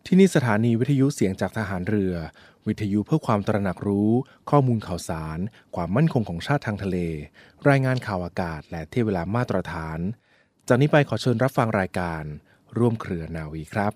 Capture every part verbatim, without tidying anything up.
ที่นี่สถานีวิทยุเสียงจากทหารเรือวิทยุเพื่อความตระหนักรู้ข้อมูลข่าวสารความมั่นคงของชาติทางทะเลรายงานข่าวอากาศและเที่ยวเวลามาตรฐานจากนี้ไปขอเชิญรับฟังรายการร่วมเครือนาวีครับ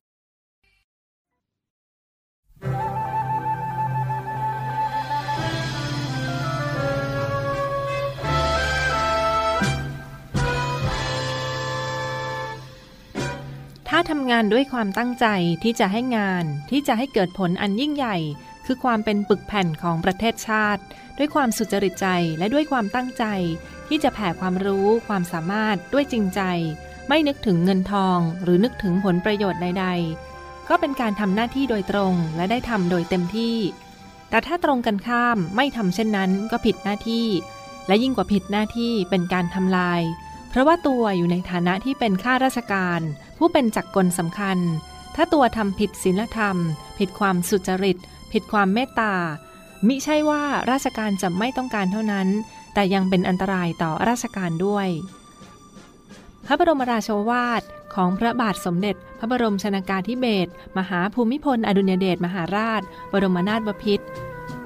ถ้าทำงานด้วยความตั้งใจที่จะให้งานที่จะให้เกิดผลอันยิ่งใหญ่คือความเป็นปึกแผ่นของประเทศชาติด้วยความสุจริตใจและด้วยความตั้งใจที่จะแผ่ความรู้ความสามารถด้วยจริงใจไม่นึกถึงเงินทองหรือนึกถึงผลประโยชน์ใดๆก็เป็นการทำหน้าที่โดยตรงและได้ทำโดยเต็มที่แต่ถ้าตรงกันข้ามไม่ทำเช่นนั้นก็ผิดหน้าที่และยิ่งกว่าผิดหน้าที่เป็นการทำลายเพราะว่าตัวอยู่ในฐานะที่เป็นข้าราชการผู้เป็นจักรกลสำคัญถ้าตัวทำผิดศีลธรรมผิดความสุจริตผิดความเมตตามิใช่ว่าราชการจะไม่ต้องการเท่านั้นแต่ยังเป็นอันตรายต่อราชการด้วยพระบรมราโชวาทของพระบาทสมเด็จพระบรมชนกาธิเบศรมหาภูมิพลอดุลยเดชมหาราชบรมนาถบพิตร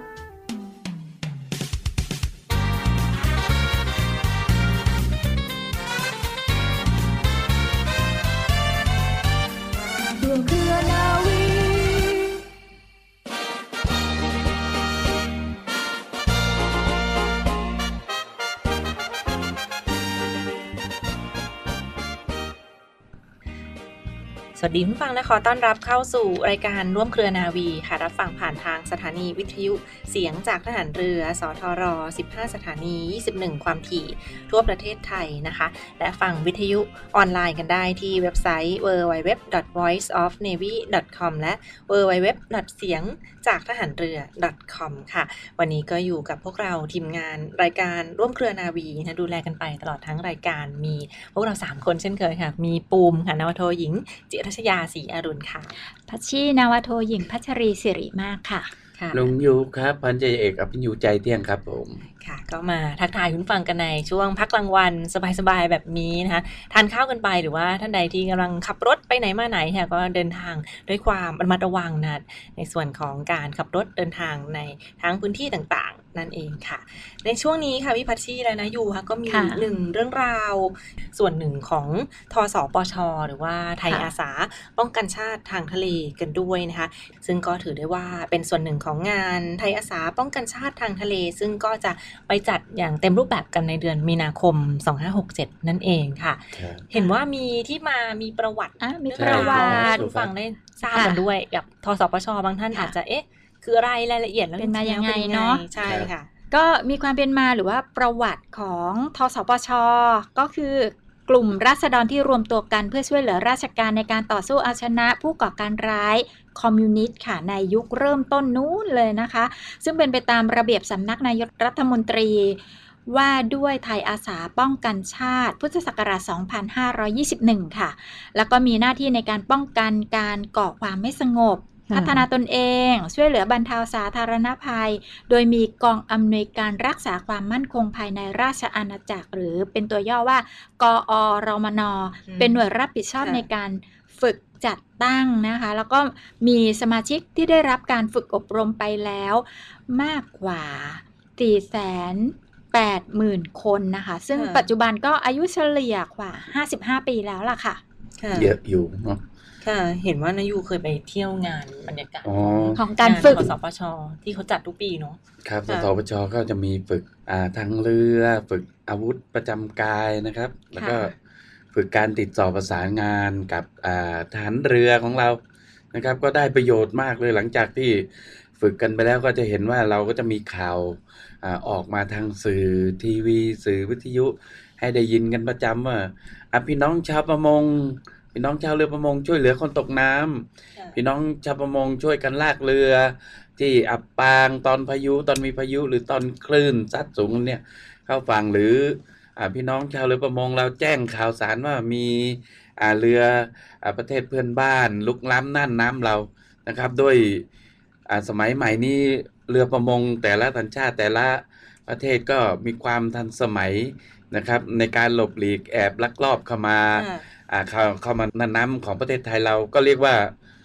สวัสดีผู้ฟังและขอต้อนรับเข้าสู่รายการร่วมเครือนาวีค่ะรับฟังผ่านทางสถานีวิทยุเสียงจากทหารเรือสทรสิบห้าสถานียี่สิบเอ็ดความถี่ทั่วประเทศไทยนะคะและฟังวิทยุออนไลน์กันได้ที่เว็บไซต์ ดับเบิลยู ดับเบิลยู ดับเบิลยู ดอท voice of navy ดอท คอม และ ดับเบิลยู ดับเบิลยู ดับเบิลยู ดอท เสียงจากทหารเรือ ดอท คอม ค่ะวันนี้ก็อยู่กับพวกเราทีมงานรายการร่วมเครือนาวีนะดูแลกันไปตลอดทั้งรายการมีพวกเราสามคนเช่นเคยค่ะมีปูมค่ะนวโทหญิงจิรัชยาศรีอรุณค่ะพัชชีนาวโทหญิงพัชรีสิริมากค่ะลุงยูครับพันจ่าเอกอภิญญูใจเที่ยงครับผมค่ะก็มาทักทายคุณฟังกันในช่วงพักกลางวันสบายๆแบบนี้นะคะทานข้าวกันไปหรือว่าท่านใดที่กำลังขับรถไปไหนมาไหนค่ะก็เดินทางด้วยความระมัดระวังนะในส่วนของการขับรถเดินทางในทั้งพื้นที่ต่างๆนั่นเองค่ะในช่วงนี้ค่ะพี่พัชชีและนะยูค่ะก็มีหนึ่งเรื่องราวส่วนหนึ่งของทสปช.หรือว่าไทยอาสาป้องกันชาติทางทะเลกันด้วยนะคะซึ่งก็ถือได้ว่าเป็นส่วนหนึ่งของงานไทยอาสาป้องกันชาติทางทะเลซึ่งก็จะไปจัดอย่างเต็มรูปแบบกันในเดือนมีนาคมสองพันห้าร้อยหกสิบเจ็ดนั่นเองค่ะเห็นว่ามีที่มามีประวัติมีประวัติผู้ฟังได้ทราบกันด้วยกับทสปช.บางท่านอาจจะเอ๊ะคืออะไรรายละเอียดแล้วเป็นมายังไงเนาะใช่ค่ะก็มีความเป็นมาหรือว่าประวัติของทสปช.ก็คือกลุ่มราษฎรที่รวมตัวกันเพื่อช่วยเหลือราชการในการต่อสู้เอาชนะผู้ก่อการร้ายคอมมิวนิสต์ค่ะในยุคเริ่มต้นนู้นเลยนะคะซึ่งเป็นไปตามระเบียบสำนักนายกรัฐมนตรีว่าด้วยไทยอาสาป้องกันชาติพุทธศักราชสองพันห้าร้อยยี่สิบเอ็ดค่ะแล้วก็มีหน้าที่ในการป้องกันการก่อความไม่สงบพัฒนาตนเองช่วยเหลือบรรเทาสาธารณภัยโดยมีกองอำนวยการรักษาความมั่นคงภายในราชอาณาจักรหรือเป็นตัวย่อว่ากอรมน.เป็นหน่วยรับผิดชอบในการฝึกจัดตั้งนะคะแล้วก็มีสมาชิกที่ได้รับการฝึกอบรมไปแล้วมากกว่า สี่แสนแปดหมื่น คนนะคะซึ่งปัจจุบันก็อายุเฉลี่ยกว่าห้าสิบห้าปีแล้วล่ะค่ะเยอะอยู่เนาะค่ะเห็นว่านายูเคยไปเที่ยวงานบรรยากาศอ, ของการฝึกของสปช.ที่เขาจัดทุกปีเนาะครับสปช.ก็จะมีฝึกอ่าทางเรือฝึกอาวุธประจำกายนะครับแล้วก็ฝึกการติดต่อประสานงานกับอ่าทหารเรือของเรานะครับก็ได้ประโยชน์มากเลยหลังจากที่ฝึกกันไปแล้วก็จะเห็นว่าเราก็จะมีข่าวอ่าออกมาทางสื่อทีวีสื่อวิทยุให้ได้ยินกันประจำว่าอ่ะพี่น้องชาวประมงพี่น้องชาวเรือประมงช่วยเหลือคนตกน้ำพี่น้องชาวประมงช่วยกันลากเรือที่อับปางตอนพายุตอนมีพายุหรือตอนคลื่นซัดสูงเนี่ยเข้าฝั่งหรืออ่าพี่น้องชาวเรือประมงเราแจ้งข่าวสารว่ามีอ่าเรืออ่าประเทศเพื่อนบ้านลุกล้ำน่านน้ำเรานะครับด้วยอ่าสมัยใหม่นี้เรือประมงแต่ละสัญชาติแต่ละประเทศก็มีความทันสมัยนะครับในการหลบหลีกแอบลักลอบเข้ามาอ่าเข้าเข้ามาในน้ำของประเทศไทยเราก็เรียกว่า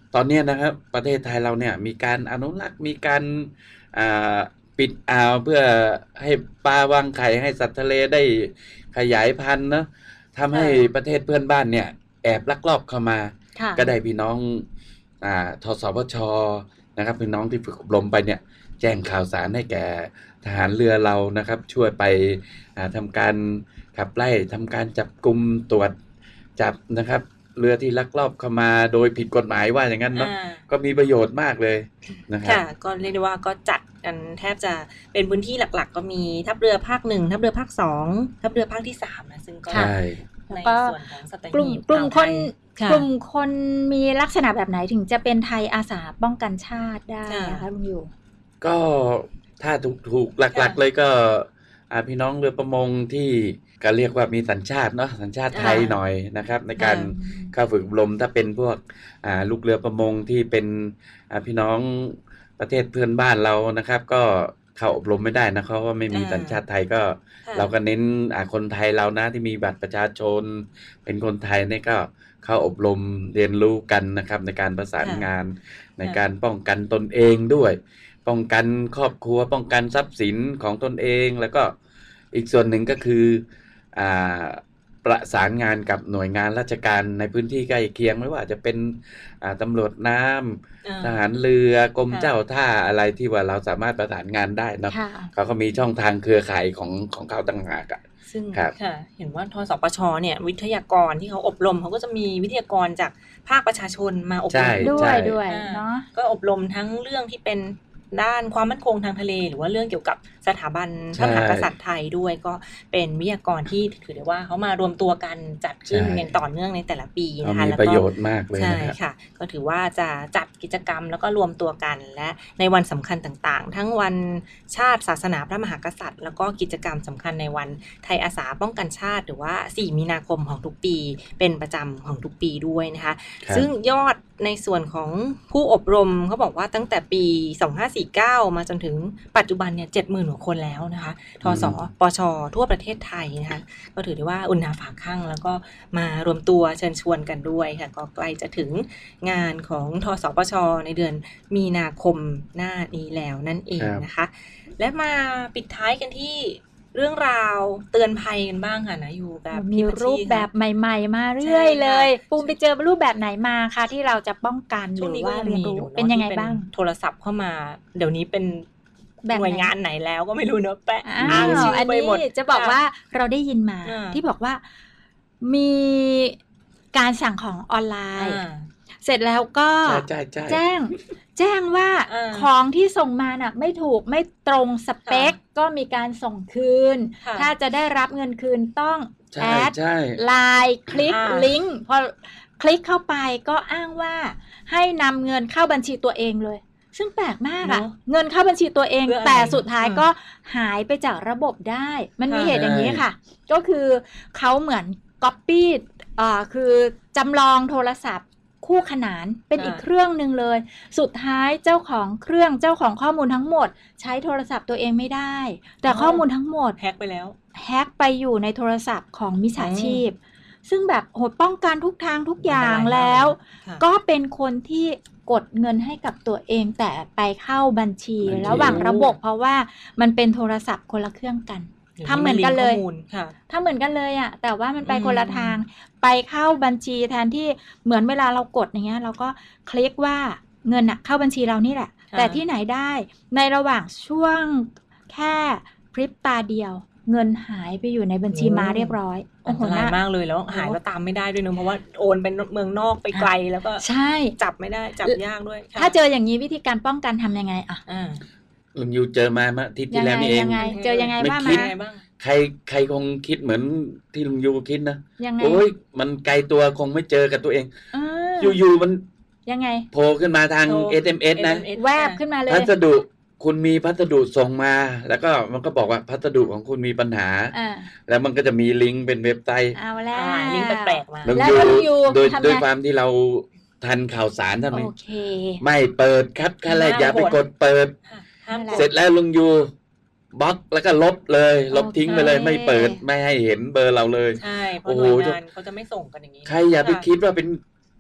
ตอนเนี้ยนะครับประเทศไทยเราเนี่ยมีการอนุรักษ์มีการอ่าปิดอ่าวเพื่อให้ปลาวางไข่ให้สัตว์ทะเลได้ขยายพันธุ์เนาะทำให้ประเทศเพื่อนบ้านเนี่ยแอบลักลอบเข้ามาค่ะก็ได้พี่น้องอ่าทสปชนะครับพี่น้องที่ฝึกอบรมไปเนี่ยแจ้งข่าวสารให้แก่ทหารเรือเรานะครับช่วยไปอ่าทำการขับไล่ทำการจับกุมตรวจจับนะครับเรือที่ลักลอบเข้ามาโดยผิดกฎหมายว่าอย่างนั้นเนาะอ่าก็มีประโยชน์มากเลยนะครับค่ะก็เรียกได้ว่าก็จัดกันแทบจะเป็นพื้นที่หลักๆ ก็มีทัพเรือภาคหนึ่งทัพเรือภาคสองทัพเรือภาคที่สามนะซึ่งก็ใช่ในแล้วก็ส่วนของสัตหีบกลุ่มกลุ่มอ่าวคไทนยค่ะกลุ่มคนมีลักษณะแบบไหนถึงจะเป็นไทยอาสาป้องกันชาติได้ค่ะอะคะลุงอยู่ก็ถ้าถูกถูกหลักค่ะๆ เลยก็อ่าพี่น้องเรือประมงที่ก็เรียกว่ามีสัญชาติเนาะสัญชาติไทยค่ะหน่อยนะครับในการค่ะเข้าฝึกอบรมถ้าเป็นพวกอ่าลูกเรือประมงที่เป็นอ่าพี่น้องประเทศเพื่อนบ้านเรานะครับ ก็เข้าอบรมไม่ได้นะเขาว่าไม่มีอ่าสัญชาติไทยก็ค่ะเราก็เน้นอ่าคนไทยเรานะที่มีบัตรประชาชน เป็นคนไทยเนี่ยก็เข้าอบรมเรียนรู้กันนะครับในการประสานค่ะงานในค่ะการป้องกันตนเองด้วย ป้องกันครอบครัวป้องกันทรัพย์สินของตนเองแล้วก็อีกส่วนหนึ่งก็คืออ่าประสานงานกับหน่วยงานราชการในพื้นที่ใกล้เคียงไม่ว่าจะเป็นอ่าตำรวจน้ำอ่าทหารเรือกรมค่ะเจ้าท่าอะไรที่ว่าเราสามารถประสานงานได้เนาะค่ะเขาก็มีช่องทางเครือข่ายของของเขาต่างหากอะซึ่งครับค่ะเห็นว่าทสปชเนี่ยวิทยากรที่เขาอบรมเขาก็จะมีวิทยากรจากภาคประชาชนมาอบรใช่มด้วใช่ยด้วยอ่าเนาะก็อบรมทั้งเรื่องที่เป็นด้านความมั่นคงทางทะเล หรือว่าเรื่องเกี่ยวกับสถาบันพระมหากษัตริย์ไทยด้วยก็เป็นวิทยากรที่ถือได้ว่าเขามารวมตัวกันจัดขึ้นใช่อย่างต่อเนื่องในแต่ละปีเขานะคะมีแล้วประก็โยชน์มากเลยใช่นะครับค่ะ ก็ถือว่าจะจัดกิจกรรมแล้วก็รวมตัวกันและในวันสำคัญต่างๆ ทั้งวันชาติศาสนาพระมหากษัตริย์ แล้วก็กิจกรรมสำคัญในวันไทยอาสาป้องกันชาติ หรือว่าสี่มีนาคมของทุกปีเป็นประจำของทุกปีด้วยนะคะครับซึ่งยอดในส่วนของผู้อบรมเขาบอกว่าตั้งแต่ปีสองพันห้าร้อยสี่สิบเก้ามาจนถึงปัจจุบันเนี่ยเจ็ดหมื่นกว่าคนแล้วนะคะทสปชทั่วประเทศไทยนะคะก็ถือได้ว่าอุ่นหนาฝาข้างแล้วก็มารวมตัวเชิญชวนกันด้วยค่ะก็ใกล้จะถึงงานของทสปชในเดือนมีนาคมหน้านี้แล้วนั่นเองนะคะและมาปิดท้ายกันที่เรื่องราวเตือนภัยกันบ้างค่ะนะอยู่กับมีพี่พัชรูปค่ะแบบใหม่ ๆ มาเรื่อยใช่ค่ะเลย ปูมไปเจอรูปแบบไหนมาคะที่เราจะป้องกันหช่วรืงอนี้ก็ว่ายังเรียนมีรู้อยู่เนอะเป็นยังไงที่บ้างโทรศัพท์เข้ามา เดี๋ยวนี้เป็นแบบไหนหน่วยงานไหนแล้วก็ไม่รู้เนอะแปะอ้าอ้างวชื่ออันไปนี้หมดจะบอกค่ะว่าเราได้ยินมาอ่าที่บอกว่ามีการสั่งของออนไลน์อ่าเสร็จแล้วก็ใช่ใช่ใช่แจ้งแจ้งว่าอ่าของที่ส่งมาน่ะไม่ถูกไม่ตรงสเปคค่ะก็มีการส่งคืนค่ะถ้าจะได้รับเงินคืนต้องแอใช่ดใช่ไลน์คลิกอ่าลิงก์พอคลิกเข้าไปก็อ้างว่าให้นำเงินเข้าบัญชีตัวเองเลย ซึ่งแปลกมากอะเนอะเงินเข้าบัญชีตัวเองเพื่ออะไรแต่สุดท้ายอืมก็หายไปจากระบบได้ มันมีค่ะเหตุอย่างนี้ค่ะ ก็คือเขาเหมือนก๊อปปี้อ่าคือจำลองโทรศัพท์คู่ขนานเป็นอีกเครื่องหนึ่งเลย สุดท้ายเจ้าของเครื่องเจ้าของข้อมูลทั้งหมด ใช้โทรศัพท์ตัวเองไม่ได้ แต่ข้อมูลทั้งหมดแฮกไปแล้วแฮ็กไปอยู่ในโทรศัพท์ของมิจฉาชีพ ซึ่งแบบโหดป้องกันทุกทางทุกอย่างอันตรายมากแล้วค่ะก็เป็นคนที่กดเงินให้กับตัวเองแต่ไปเข้าบัญชีบัญชีระหว่างระบบเพราะว่ามันเป็นโทรศัพท์คนละเครื่องกัน ทำเหมือนกันเลยข้อมูค่ะถ้าเหมือนกันเลยอะแต่ว่ามันไปอืมคนละทาง ไปเข้าบัญชีแทนที่เหมือนเวลาเรากดอย่างเงี้ยเราก็คลิกว่าเงินอะเข้าบัญชีเรานี่แหละค่ะแต่ที่ไหนได้ในระหว่างช่วงแค่พริบตาเดียว เงินหายไปอยู่ในบัญชีม้าเรียบร้อยอันตรายมากเลยแล้วหายก็ตามไม่ได้ด้วยเนอะเพราะว่าโอนเป็นเมืองนอกไปไกลแล้วก็ใช่จับไม่ได้จับยากด้วยค่ะถ้าเจออย่างนี้วิธีการป้องกันทำยังไงอะอ่าลุงยูเจอมาเมื่ออาทิตย์ยัที่งแล้วไงนี่เองยังไง เจอยังไงไม่ว่าคิมาดยังไงบ้างใครใครคงคิดเหมือนที่ลุงยูคิดนะยังไงโอ้ยมันไกลตัวคงไม่เจอกับตัวเองเอออยู่ๆมันยังไงโผล่ขึ้นมาทางโทรเอส เอ็ม เอส นะเอส เอ็ม เอสแวบขึ้นมาเลยพัสดุคุณมีพัสดุส่งมา แล้วก็มันก็บอกว่าพัสดุของคุณมีปัญหาอ่าแล้วมันก็จะมีลิงก์เป็นเว็บไซต์เอาแล้วอ่าลิงก์แปลกๆมาลุงแล้วยูลุงยูโดยทำไงโดยความที่เราทันข่าวสารทำไมโอเคไม่เปิดครับขั้นแรกอย่าไปกดเปิดค่ะห้ามนั่นแหกละดเสร็จแล้วลุงยูบล็อกแล้วก็ลบเลย ลบทิ้งไปเลยโอเคไม่เปิดไม่ให้เห็นเบอร์เราเลยใช่เพโอ้ราะหโหน่วยงานเขาจะไม่ส่งกันอย่างนี้ใครอย่าไปคิดว่าเป็น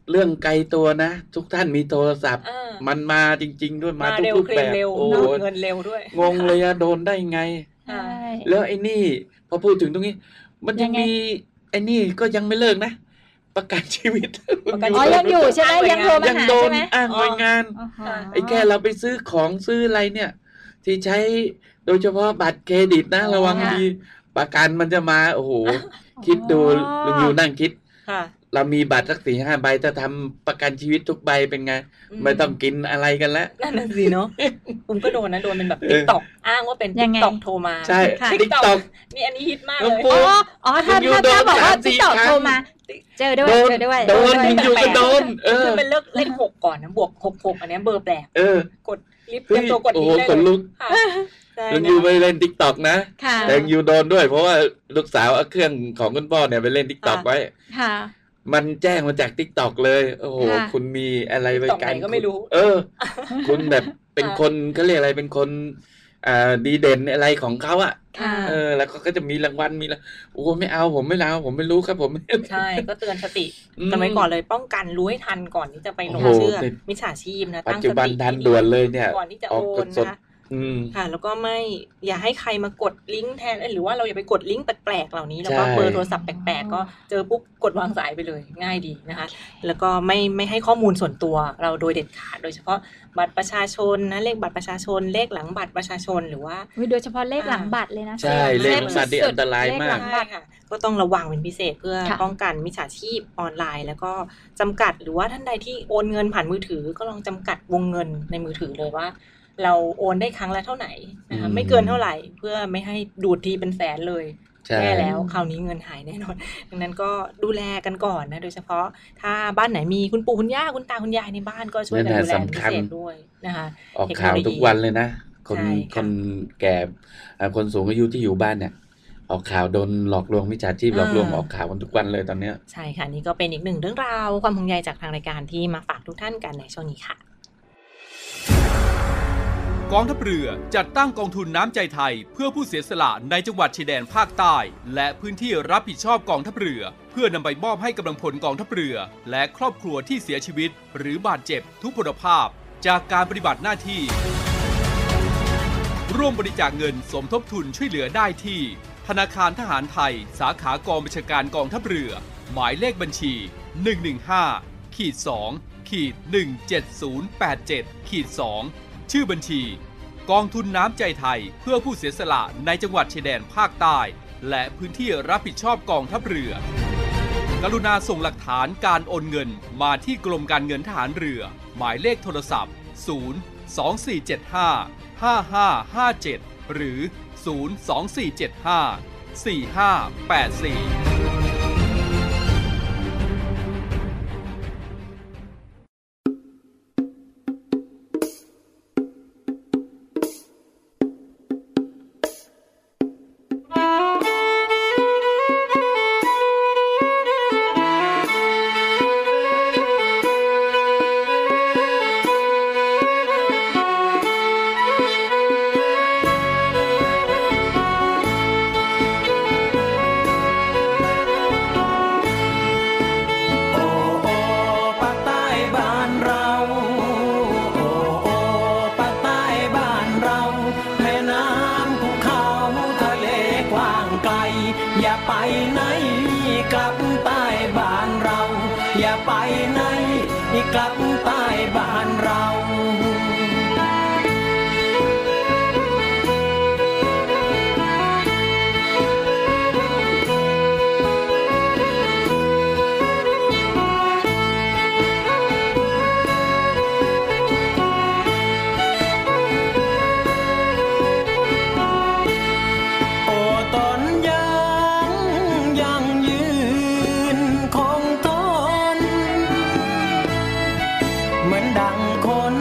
เรื่องไกลตัวนะทุกท่านมีโทรศัพท์อ่ามันมาจริง ๆ ด้วยมามาทุกเร็วรูปเคลแบมบเร็วโอ้เนโหอะเงินเร็วด้วยงงเลยอะโดนได้ไงใช่แล้วไอ้นี่พอพูดถึงตรงนี้ มันยังยังไงมีไอ้นี่ก็ยังไม่เลิกนะ ประกันชีวิตประกันอ๋อยังอยู่ใช่ไหมยังโทรมายังหาโดใช่นไหมอ้างหน่วยงานอ๋อไอ้แค่เราไปซื้อของซื้ออะไรเนี่ย ที่ใช้โดยเฉพาะบัตรเครดิตนะอ๋อระวังค่ะดีประกันมันจะมาโอ้โหคิดดูลุงยูนั่งคิดค่ะเรามีบัตรสักสี่ห้าใบถ้าทำประกันชีวิตทุกใบเป็นไง ไม่ต้องกินอะไรกันแล้วนั่นน่ะสิเนาะผมก็โดนนะโดนเป็นแบบเอติ๊อกต็อกอ้างว่าเป็นยัติ๊งกไงต็อกโทรมาใช่ค่ะติ๊กต็อกนี่อันนี้ฮิตมากหลวงเลยปู่อ๋ออ๋อถ้าคุณยูถ้าโดถ้าน บอกว่าสามสี่ติ๊กตอกครั้งโทรมา เจอด้วยโดนเจอด้วยโดนเจอลุงยูด้วยก็โดน เออคือเป็นเลขเลขหกก่อนนะบวกหกหกอันเนี้ยเบอร์แปลกเออกดลิฟต์เตรียมตัวกดโอ้ลิโหฟต์ได้ขนเลลุยกค่ะใช่ลุงนะยูไปเล่นติ๊กต็อกนะค่ะแต่ลุงยูโดนด้วย เพราะว่าลูกสาวเอาเครื่องของคุณพ่อเนี่ยไปเล่นติ๊กต็อกไว้ค่ะมันแจ้งมาจากติ๊กต็อกเลย โอ้โหค่ะคุณมีอะไรไป TikTok กันไหนก็ไม่รู้เออ คุณแบบเป็นค่ะคนเขาเรียกอะไรเป็นคนอ่าดีเด่นอะไรของเขาอ่ะค่ะเออ แล้วเขาก็จะมีรางวัลมีละโอ้ไม่เอาผมไม่เอาผมไม่รู้ครับผมใช่ก็เตือนสติอืมกันไว้ก่อนเลยป้องกันรู้ให้ทันก่อนที่จะไปหลงโอ้โหเชื่อเป็นมิจฉาชีพนะปัจตั้งจุสบันติทันด่วนเลยเนี่ยก่อนที่จะอโออกกนฎสดนะคะอืมค่ะ แล้วก็ไม่อย่าให้ใครมากดลิงก์แทนเอ้ยหรือว่าเราอย่าไปกดลิงก์แปลกๆเหล่านี้แล้วก็ใช่เบอร์โทรศัพท์แปลกๆก็เจอปุ๊บกดวางสายไปเลยง่ายดีนะคะ แล้วก็ไม่ไม่ให้ข้อมูลส่วนตัวเราโดยเด็ดขาดโดยเฉพาะบัตรประชาชนนะเลขบัตรประชาชนเลขหลังบัตรประชาชนหรือว่าอุ๊ยโดยเฉพาะเลขหลังบัตรเลยนะใช่เลขหลังบัตรนี่อันตรายมากเลขหลังใช่ค่ะก็ต้องระวังเป็นพิเศษเพื่อค่ะป้องกันมิจฉาชีพออนไลน์ แล้วก็จำกัดหรือว่าท่านใดที่โอนเงินผ่านมือถือก็ลองจำกัดวงเงินในมือถือเลยว่า เราโอนได้ครั้งละเท่าไหร่นะคะอืมไม่เกินเท่าไหร่เพื่อไม่ให้ดูดทีเป็นแสนเลยใช่แย่แล้วคราวนี้เงินหายแน่นอน ดังนั้นก็ดูแลกันก่อนนะโดยเฉพาะถ้าบ้านไหนมีคุณปู่คุณย่าคุณตาคุณยายในบ้านก็ช่วยกันนั่นดูแหละแลเป็นพิสำคัญเศษด้วยนะคะออกข่าวทุกวันเลยนะ คนใช่ค่ะคนแก่อ่าคนสูงอายุที่อยู่บ้านเนี่ย ออกข่าวโดนหลอกลวงมิจฉาชีพหลอกลวงออกข่าวกันทุกวันเลยตอนเนี้ยใช่ค่ะนี่ก็เป็นอีกหนึ่งเรื่องราวความห่วงใยจากทางรายการที่มาฝากทุกท่านกันในช่วงนี้ค่ะกองทัพเรือจัดตั้งกองทุนน้ำใจไทยเพื่อผู้เสียสละในจังหวัดชายแดนภาคใต้ และพื้นที่รับผิดชอบกองทัพเรือ เพื่อนำไปมอบให้กำลังพลกองทัพเรือ และครอบครัวที่เสียชีวิต หรือบาดเจ็บทุกพลภาพ จากการปฏิบัติหน้าที่ ร่วมบริจาคเงินสมทบทุนช่วยเหลือได้ที่ธนาคารทหารไทยสาขากองบัญชาการกองทัพเรือ หมายเลขบัญชี หนึ่ง หนึ่ง ห้า สอง หนึ่ง เจ็ด ศูนย์ แปด เจ็ด สอง ชื่อบัญชีกองทุนน้ำใจไทยเพื่อผู้เสียสละในจังหวัดชายแดนภาคใต้ และพื้นที่รับผิดชอบกองทัพเรือ กรุณาส่งหลักฐานการโอนเงินมาที่กรมการเงินทหารเรือ หมายเลขโทรศัพท์ ศูนย์ สอง สี่ เจ็ด ห้า ห้า ห้า ห้า เจ็ด หรือ ศูนย์ สอง สี่ เจ็ด ห้า สี่ ห้า แปด สี่โอ้โอ้ภาคใต้บ้านเราโอ้โอ้ภาคใต้บ้านเราแม่น้ำภูเขาทะเลกว้างไกลอย่าไปไหนกลับใต้บ้านเรา อย่าไปไหนกลับใต้บ้านเรา โอ้ต้นยางยังยืนคงทนเหมือนดังคน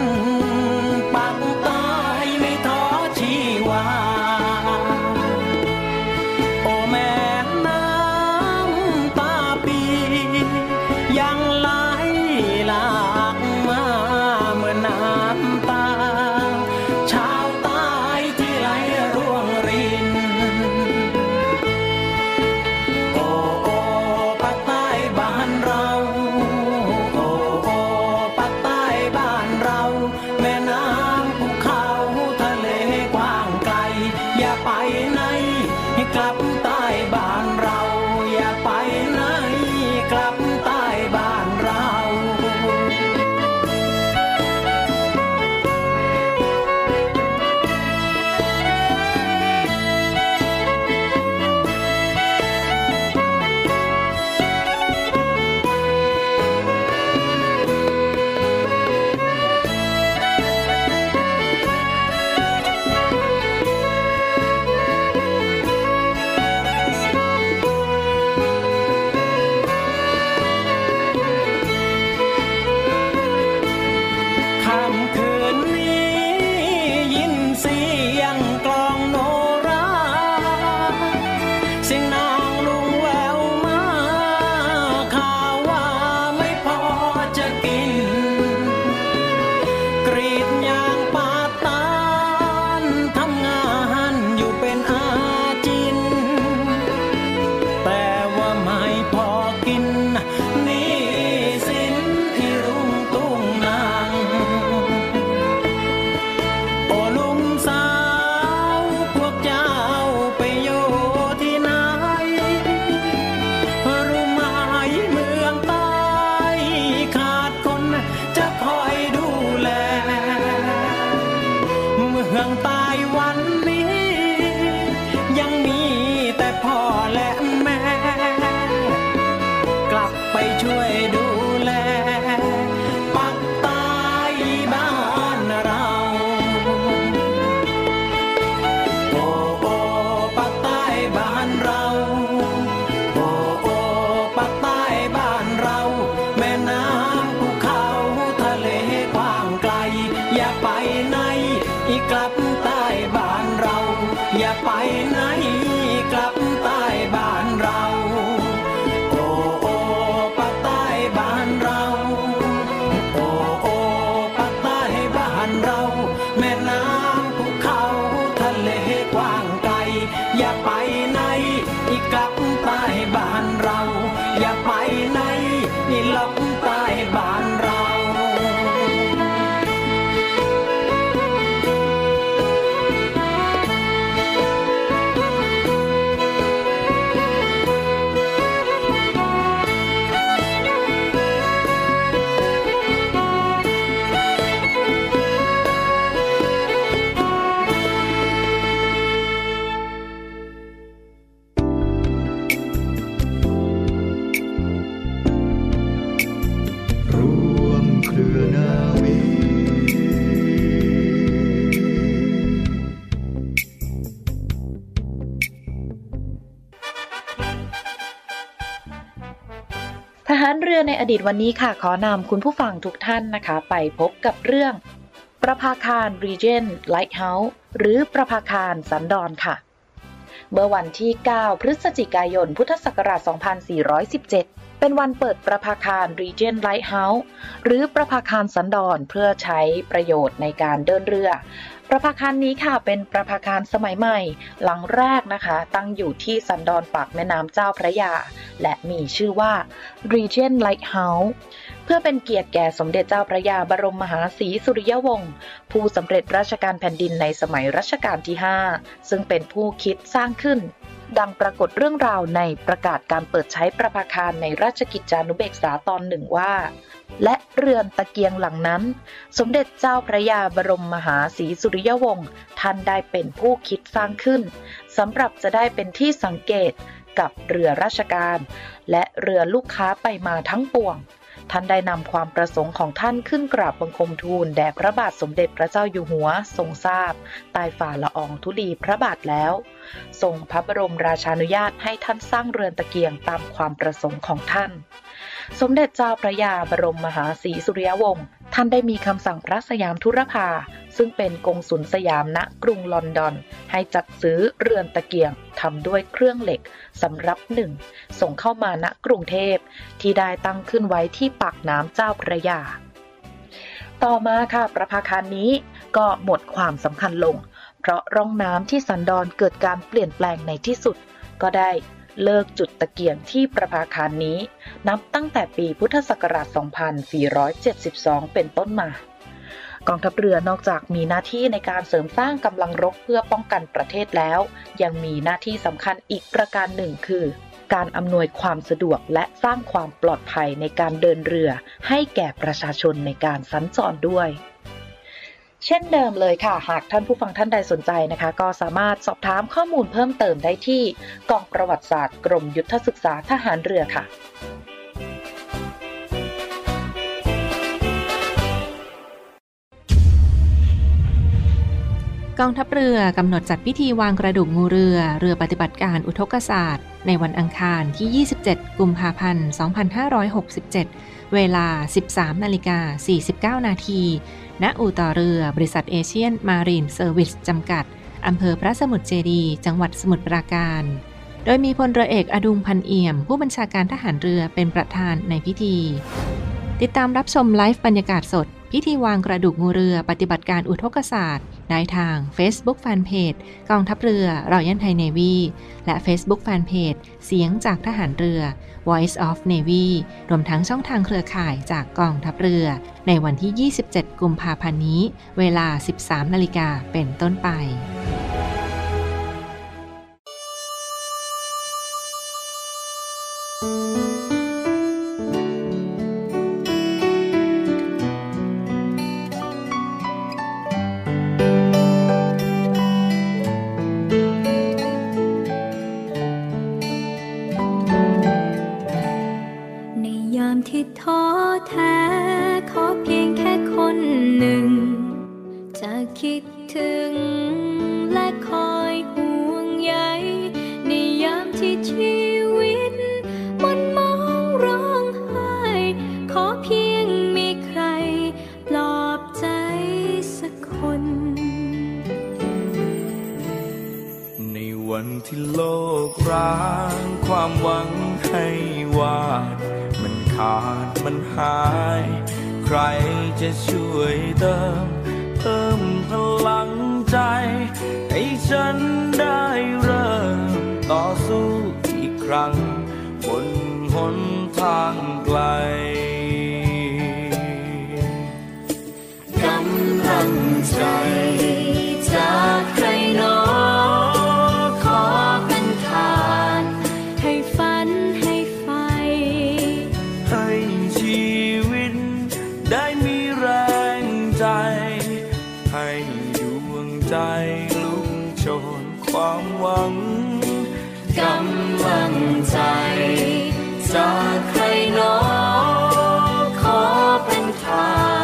เรือนาวีทหารเรือในอดีตวันนี้ค่ะขอนำคุณผู้ฟังทุกท่านนะคะไปพบกับเรื่องประภาคาร Regent Lighthouse หรือประภาคารสันดรค่ะเมื่อวันที่เก้าพฤศจิกายนพุทธศักราชสองพันสี่ร้อยสิบเจ็ดเป็นวันเปิดประภาคาร Regent Lighthouse หรือประภาคารสันดรเพื่อใช้ประโยชน์ในการเดินเรือประภาคารนี้ค่ะเป็นประภาคารสมัยใหม่หลังแรกนะคะตั้งอยู่ที่สันดรปากแม่น้ำเจ้าพระยาและมีชื่อว่า Regent Lighthouse เพื่อเป็นเกียรติแก่สมเด็จเจ้าพระยาบรมมหาศรีสุริยวงศ์ผู้สำเร็จราชการแผ่นดินในสมัยรัชกาลที่ห้าซึ่งเป็นผู้คิดสร้างขึ้นดังปรากฏเรื่องราวในประกาศการเปิดใช้ประภาคารในราชกิจจานุเบกษาตอนหนึ่งว่าและเรือนตะเกียงหลังนั้นสมเด็จเจ้าพระยาบรมมหาศรีสุริยวงศ์ท่านได้เป็นผู้คิดสร้างขึ้นสำหรับจะได้เป็นที่สังเกตกับเรือราชการและเรือลูกค้าไปมาทั้งปวงท่านได้นำความประสงค์ของท่านขึ้นกราบบังคมทูลแด่พระบาทสมเด็จพระเจ้าอยู่หัวทรงทราบใต้ฝ่าละอองธุลีพระบาทแล้วทรงพระบรมราชานุญาตให้ท่านสร้างเรือนตะเกียงตามความประสงค์ของท่านสมเด็จเจ้าพระยาบรมมหาศรีสุริยวงศ์ท่านได้มีคำสั่งพระสยามธุรภาซึ่งเป็นกงสุลสยามณกรุงลอนดอนให้จัดซื้อเรือนตะเกียงทำด้วยเครื่องเหล็กสำรับหนึ่งส่งเข้ามาณกรุงเทพที่ได้ตั้งขึ้นไว้ที่ปากน้ำเจ้าพระยาต่อมาค่ะประภาคารนี้ก็หมดความสำคัญลงเพราะร่องน้ำที่สันดรเกิดการเปลี่ยนแปลงในที่สุดก็ได้เลิกจุดตะเกียงที่ประภาคารนี้นับตั้งแต่ปีพุทธศักราช สองพันสี่ร้อยเจ็ดสิบสอง เป็นต้นมากองทัพเรือนอกจากมีหน้าที่ในการเสริมสร้างกำลังรบเพื่อป้องกันประเทศแล้วยังมีหน้าที่สำคัญอีกประการหนึ่งคือการอำนวยความสะดวกและสร้างความปลอดภัยในการเดินเรือให้แก่ประชาชนในการสัญจรด้วยเช่นเดิมเลยค่ะหากท่านผู้ฟังท่านใดสนใจนะคะก็สามารถสอบถามข้อมูลเพิ่มเติมได้ที่กองประวัติศาสตร์กรมยุทธศึกษาทหารเรือค่ะกองทัพเรือกำหนดจัดพิธีวางกระดูกงูเรือเรือปฏิบัติการอุทกศาสตร์ในวันอังคารที่ยี่สิบเจ็ดกุมภาพันธ์สองพันห้าร้อยหกสิบเจ็ดเวลา สิบสามนาฬิกาสี่สิบเก้านาทีณอู่ต่อเรือบริษัทเอเชียนมารีนเซอร์วิสจำกัดอำเภอพระสมุทรเจดีย์จังหวัดสมุทรปราการโดยมีพลเรือเอกอดุงพันเอี่ยมผู้บัญชาการทหารเรือเป็นประธานในพิธีติดตามรับชมไลฟ์บรรยากาศสดพิธีวางกระดูกงูเรือปฏิบัติการอุทกศาสตร์ได้ทาง Facebook Fanpage กองทัพเรือ Royal Thai Navy และ Facebook Fanpage เสียงจากทหารเรือ Voice of Navy รวมทั้งช่องทางเครือข่ายจากกองทัพเรือในวันที่ยี่สิบเจ็ดกุมภาพันธ์นี้เวลา สิบสามนาฬิกาเป็นต้นไปที่ท้อแท้ขอเพียงแค่คนหนึ่งจะคิดถึงและคอยห่วงใยในยามที่ชีวิตมันมองร้องไห้ขอเพียงมีใครปลอบใจสักคนในวันที่โลกร้างความหวังให้วาดมันขาดมันหายใครจะช่วยเติมเพิ่มพลังใจให้ฉันได้เริ่มต่อสู้อีกครั้งบนหนทางไกลกำลังใจจากใครหนอขอเป็นทานให้ฝันให้ไฟให้ชีวิตได้มีแรงใจให้ดวงใจลุกโชนความหวังกำลังใจจากใครหนอขอเป็นทาน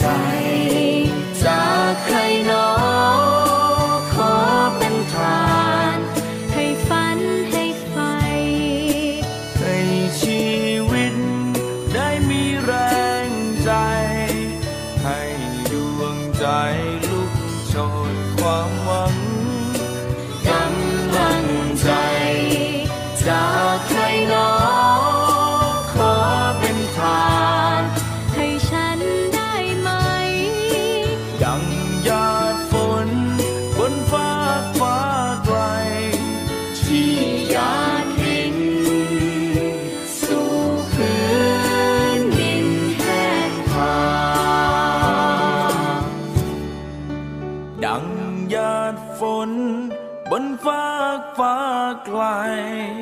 ใจจากใครหนอขอเป็นทานให้ฝันให้ไฟให้ชีวิตได้มีแรงใจให้ดวงใจลุกโชนความหวังกำลังใจจากใครหนอขอเป็นทานให้ฉันได้ไหมดังหยาดฝนบนฟ้าฟ้าไกลที่หยาดรินสู่พื้นดินแห้งผากดังหยาดฝนบนฟ้าฟ้าไกล